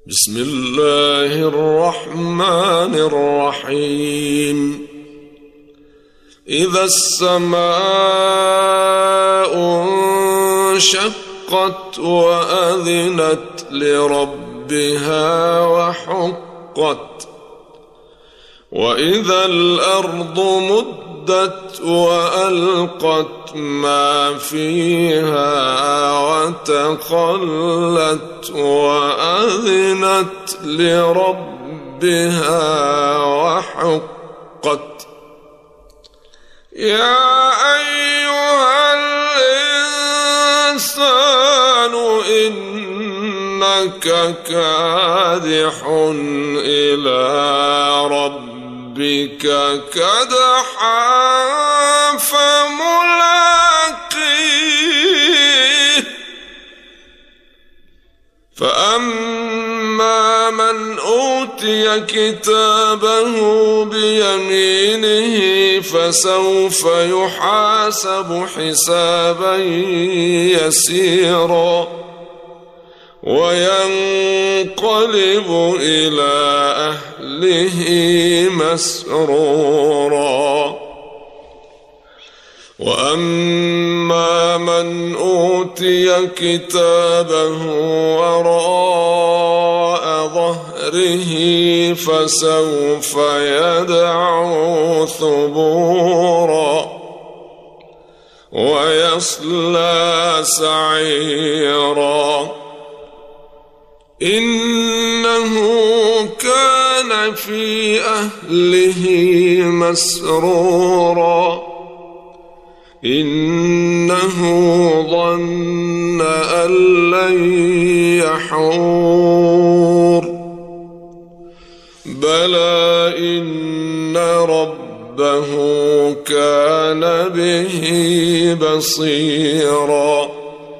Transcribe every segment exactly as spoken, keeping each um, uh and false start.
بسم الله الرحمن الرحيم إذا السماء انشقت وأذنت لربها وحقت وإذا الأرض مدت وألقت ما فيها وتخلت وأذنت لربها وحقت يا أيها الإنسان إنك كادح إلى ربك كدحا فملاقيه فأما من أوتي كتابه بيمينه فسوف يحاسب حسابا يسيرا وينقلب إلى أهله مسرورا وأما من أوتي كتابه وراء ظهره فسوف يدعو ثبورا ويصلى سعيرا إنه كان في أهله مسرورا إنه ظن أن لن يحور بلى إن ربه كان به بصيرا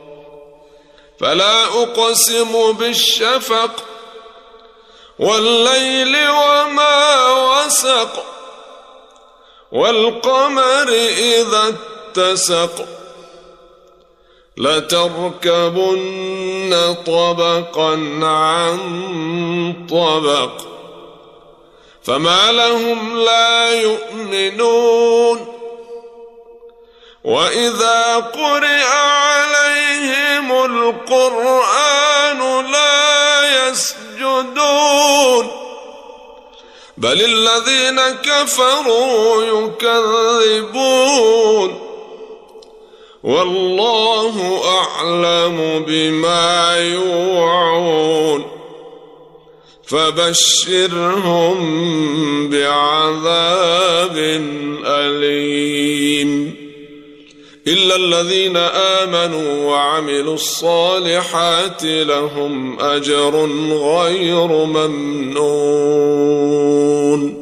فلا أقسم بالشفق والليل وما وسق والقمر إذا اتسق لتركبن طبقا عن طبق فما لهم لا يؤمنون وإذا قرئ عليهم القرآن لا يسجدون بل الذين كفروا يكذبون والله أعلم بما يوعون فبشرهم بعذاب أليم إلا الذين آمنوا وعملوا الصالحات لهم أجر غير ممنون